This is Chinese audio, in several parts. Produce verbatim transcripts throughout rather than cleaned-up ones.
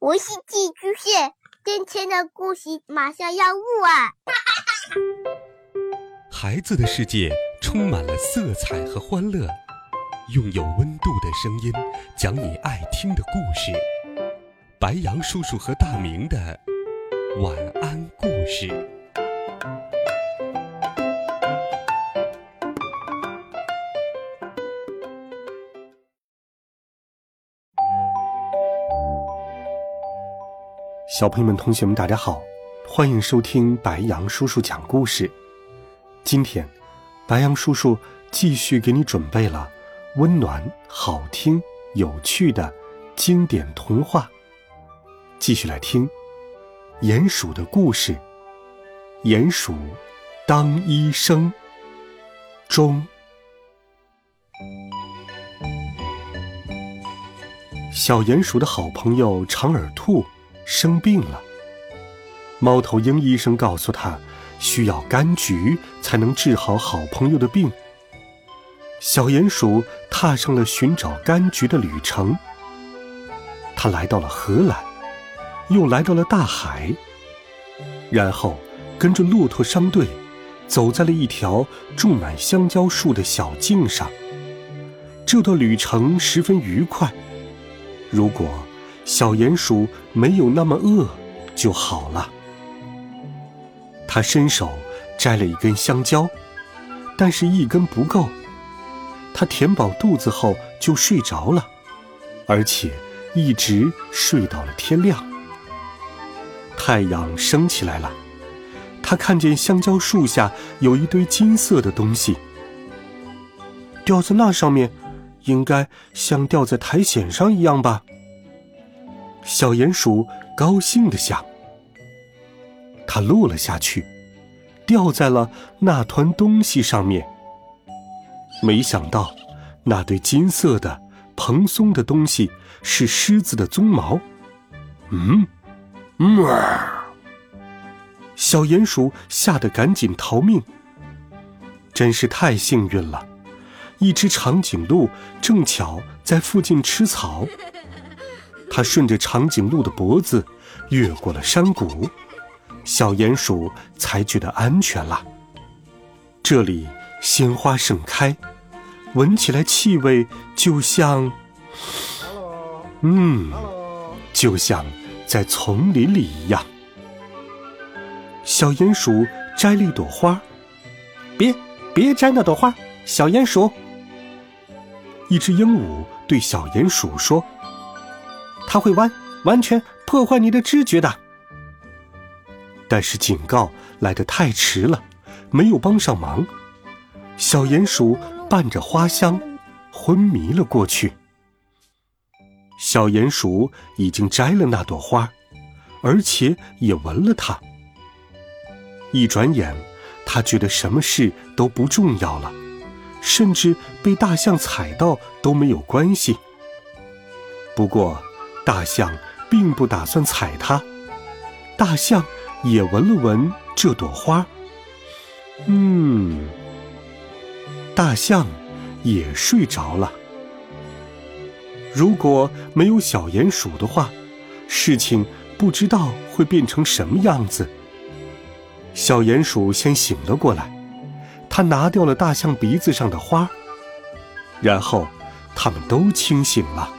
我是寄居蟹，今天的故事马上要录啊！ 孩子的世界充满了色彩和欢乐，用有温度的声音讲你爱听的故事。白羊叔叔和大明的晚安故事。 小朋友们同学们大家好，欢迎收听白羊叔叔讲故事。今天白羊叔叔继续给你准备了温暖好听有趣的经典童话，继续来听鼹鼠的故事。鼹鼠当医生中。小鼹鼠的好朋友长耳兔生病了，猫头鹰医生告诉他，需要柑橘才能治好好朋友的病。小鼹鼠踏上了寻找柑橘的旅程。他来到了荷兰，又来到了大海，然后跟着骆驼商队走在了一条种满香蕉树的小径上。这段旅程十分愉快，如果小鼹鼠没有那么饿就好了。他伸手摘了一根香蕉，但是一根不够。他填饱肚子后就睡着了，而且一直睡到了天亮。太阳升起来了，他看见香蕉树下有一堆金色的东西，吊在那上面，应该像吊在苔藓上一样吧。小鼹鼠高兴地想，它落了下去，掉在了那团东西上面。没想到那堆金色的蓬松的东西是狮子的鬃毛。嗯嗯，小鼹鼠吓得赶紧逃命。真是太幸运了，一只长颈鹿正巧在附近吃草。它顺着长颈鹿的脖子越过了山谷，小鼹鼠才觉得安全了。这里鲜花盛开，闻起来气味就像嗯就像在丛林里一样。小鼹鼠摘了一朵花，别别摘那朵花，小鼹鼠。一只鹦鹉对小鼹鼠说，它会弯，完全破坏你的知觉的。但是警告来得太迟了，没有帮上忙。小鼹鼠伴着花香昏迷了过去。小鼹鼠已经摘了那朵花，而且也闻了它。一转眼，他觉得什么事都不重要了，甚至被大象踩到都没有关系。不过大象并不打算踩它，大象也闻了闻这朵花。嗯，大象也睡着了。如果没有小鼹鼠的话，事情不知道会变成什么样子。小鼹鼠先醒了过来，他拿掉了大象鼻子上的花，然后他们都清醒了。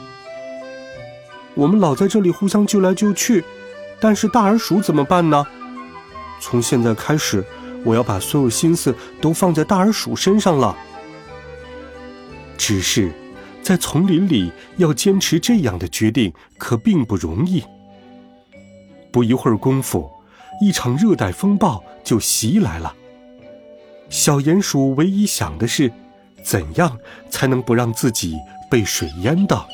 我们老在这里互相救来救去，但是大耳鼠怎么办呢？从现在开始，我要把所有心思都放在大耳鼠身上了。只是在丛林里要坚持这样的决定可并不容易。不一会儿功夫，一场热带风暴就袭来了。小鼹鼠唯一想的是，怎样才能不让自己被水淹到。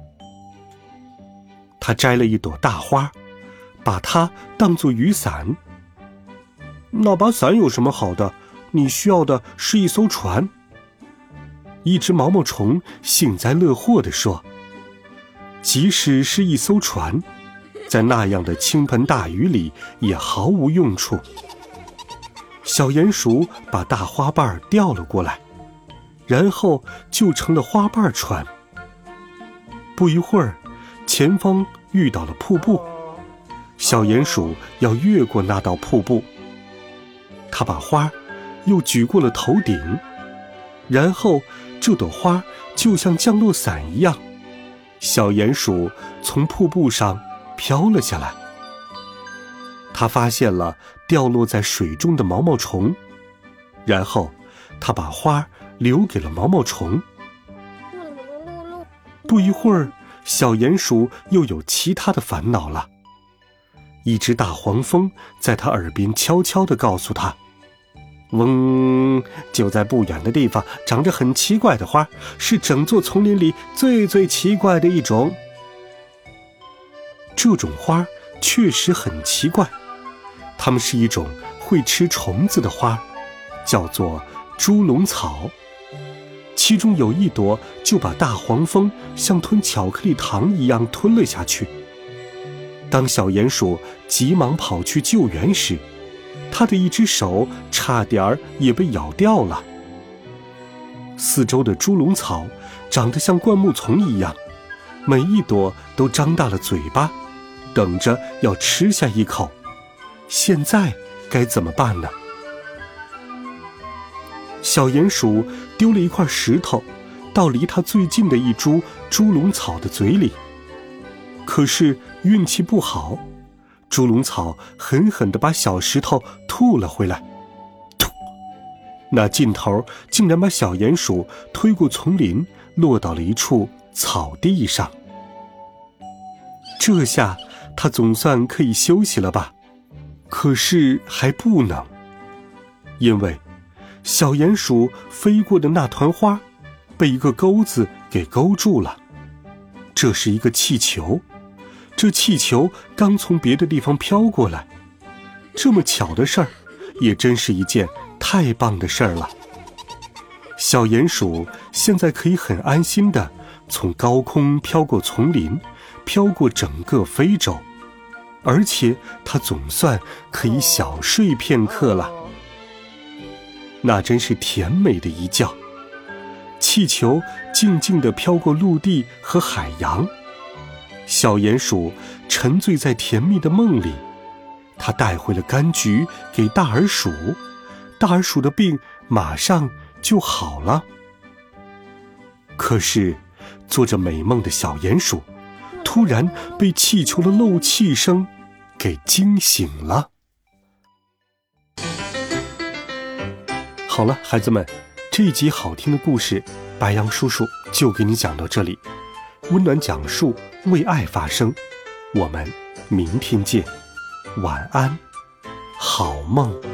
他摘了一朵大花，把它当作雨伞。那把伞有什么好的？你需要的是一艘船。一只毛毛虫幸灾乐祸地说，即使是一艘船，在那样的倾盆大雨里也毫无用处。小鼹鼠把大花瓣调了过来，然后就成了花瓣船。不一会儿，前方遇到了瀑布。小鼹鼠要越过那道瀑布，它把花又举过了头顶，然后这朵花就像降落伞一样，小鼹鼠从瀑布上飘了下来。它发现了掉落在水中的毛毛虫，然后它把花留给了毛毛虫。不一会儿，小鼹鼠又有其他的烦恼了。一只大黄蜂在他耳边悄悄地告诉他，嗡，就在不远的地方长着很奇怪的花，是整座丛林里最最奇怪的一种。这种花确实很奇怪，它们是一种会吃虫子的花，叫做猪笼草。其中有一朵就把大黄蜂像吞巧克力糖一样吞了下去。当小鼹鼠急忙跑去救援时，他的一只手差点儿也被咬掉了。四周的猪笼草长得像灌木丛一样，每一朵都张大了嘴巴，等着要吃下一口。现在该怎么办呢？小鼹鼠丢了一块石头到离它最近的一株猪笼草的嘴里，可是运气不好，猪笼草狠狠地把小石头吐了回来。吐！那劲头竟然把小鼹鼠推过丛林，落到了一处草地上。这下它总算可以休息了吧？可是还不能，因为小鼹鼠飞过的那团花被一个钩子给勾住了。这是一个气球，这气球刚从别的地方飘过来，这么巧的事儿，也真是一件太棒的事儿了。小鼹鼠现在可以很安心地从高空飘过丛林，飘过整个非洲，而且它总算可以小睡片刻了。那真是甜美的一觉，气球静静地飘过陆地和海洋，小鼹鼠沉醉在甜蜜的梦里。它带回了柑橘给大耳鼠，大耳鼠的病马上就好了。可是做着美梦的小鼹鼠突然被气球的漏气声给惊醒了。好了，孩子们，这一集好听的故事，白羊叔叔就给你讲到这里。温暖讲述，为爱发声，我们明天见，晚安，好梦。